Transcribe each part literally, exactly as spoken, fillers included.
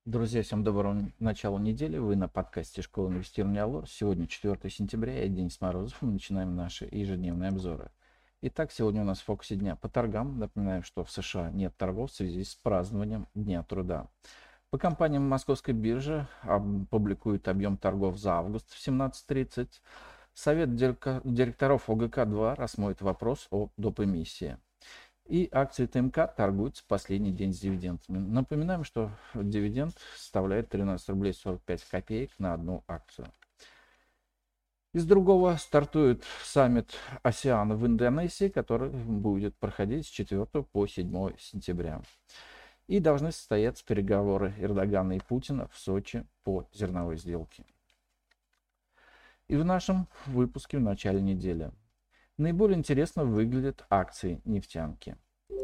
Друзья, всем доброго начала недели. Вы на подкасте «Школа инвестирования Алор». Сегодня четвёртое сентября и день с морозов. Мы начинаем наши ежедневные обзоры. Итак, сегодня у нас в фокусе дня по торгам. Напоминаем, что в США нет торгов в связи с празднованием Дня труда. По компаниям Московской биржи публикует объем торгов за август в семнадцать тридцать. Совет директоров ОГК два рассмотрит вопрос о доп. Эмиссии. И акции ТМК торгуются в последний день с дивидендами. Напоминаем, что дивиденд составляет тринадцать рублей сорок пять копеек на одну акцию. Из другого стартует саммит АСЕАН в Индонезии, который будет проходить с четвёртого по седьмое сентября. И должны состояться переговоры Эрдогана и Путина в Сочи по зерновой сделке. И в нашем выпуске в начале недели. Наиболее интересно выглядят акции нефтянки.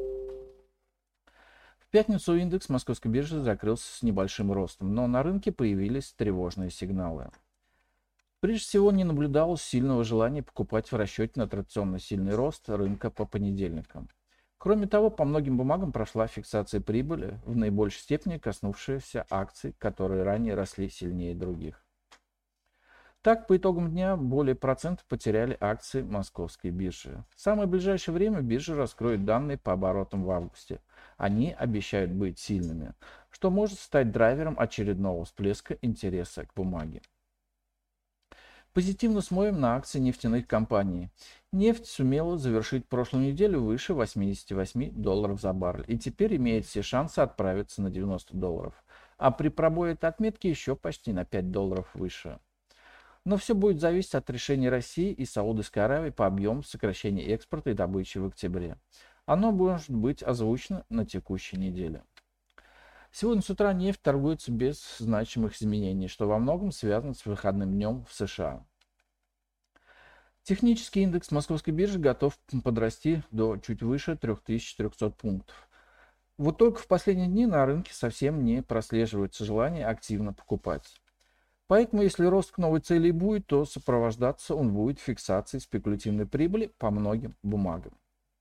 В пятницу индекс Московской биржи закрылся с небольшим ростом, но на рынке появились тревожные сигналы. Прежде всего, не наблюдалось сильного желания покупать в расчете на традиционно сильный рост рынка по понедельникам. Кроме того, по многим бумагам прошла фиксация прибыли, в наибольшей степени коснувшаяся акций, которые ранее росли сильнее других. Так, по итогам дня более процента потеряли акции Московской биржи. В самое ближайшее время биржа раскроет данные по оборотам в августе. Они обещают быть сильными, что может стать драйвером очередного всплеска интереса к бумаге. Позитивно смотрим на акции нефтяных компаний. Нефть сумела завершить прошлую неделю выше восьмидесяти восьми долларов за баррель и теперь имеет все шансы отправиться на девяносто долларов. А при пробое этой отметки еще почти на пять долларов выше. Но все будет зависеть от решения России и Саудовской Аравии по объему сокращения экспорта и добычи в октябре. Оно может быть озвучено на текущей неделе. Сегодня с утра нефть торгуется без значимых изменений, что во многом связано с выходным днем в США. Технический индекс Московской биржи готов подрасти до чуть выше трёх тысяч четырёхсот пунктов. Вот только в последние дни на рынке совсем не прослеживается желание активно покупать. Поэтому, если рост к новой цели будет, то сопровождаться он будет фиксацией спекулятивной прибыли по многим бумагам.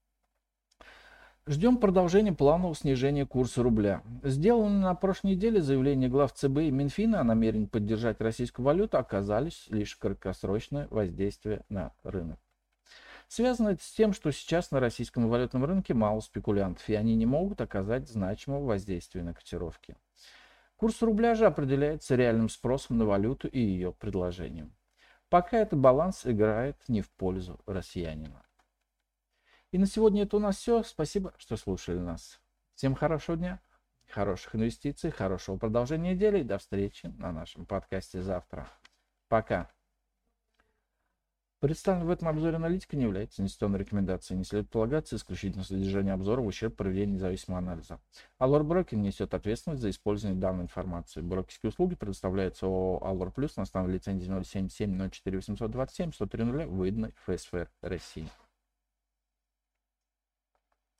Ждем продолжения планового снижения курса рубля. Сделанные на прошлой неделе заявления глав ЦБ и Минфина о намерении поддержать российскую валюту оказались лишь краткосрочное воздействие на рынок. Связано это с тем, что сейчас на российском валютном рынке мало спекулянтов, и они не могут оказать значимого воздействия на котировки. Курс рубля же определяется реальным спросом на валюту и ее предложением. Пока этот баланс играет не в пользу россиянина. И на сегодня это у нас все. Спасибо, что слушали нас. Всем хорошего дня, хороших инвестиций, хорошего продолжения недели и до встречи на нашем подкасте завтра. Пока. Представленная в этом обзоре аналитика не является инвестиционной рекомендацией, не следует полагаться исключительно содержание обзора в ущерб проведению независимого анализа. Allure Broker несет ответственность за использование данной информации. Брокерские услуги предоставляются ООО Allure Plus на основе лицензии ноль семь семь ноль четыре восемьсот двадцать семь сто три ноль, выданной ФСФР России.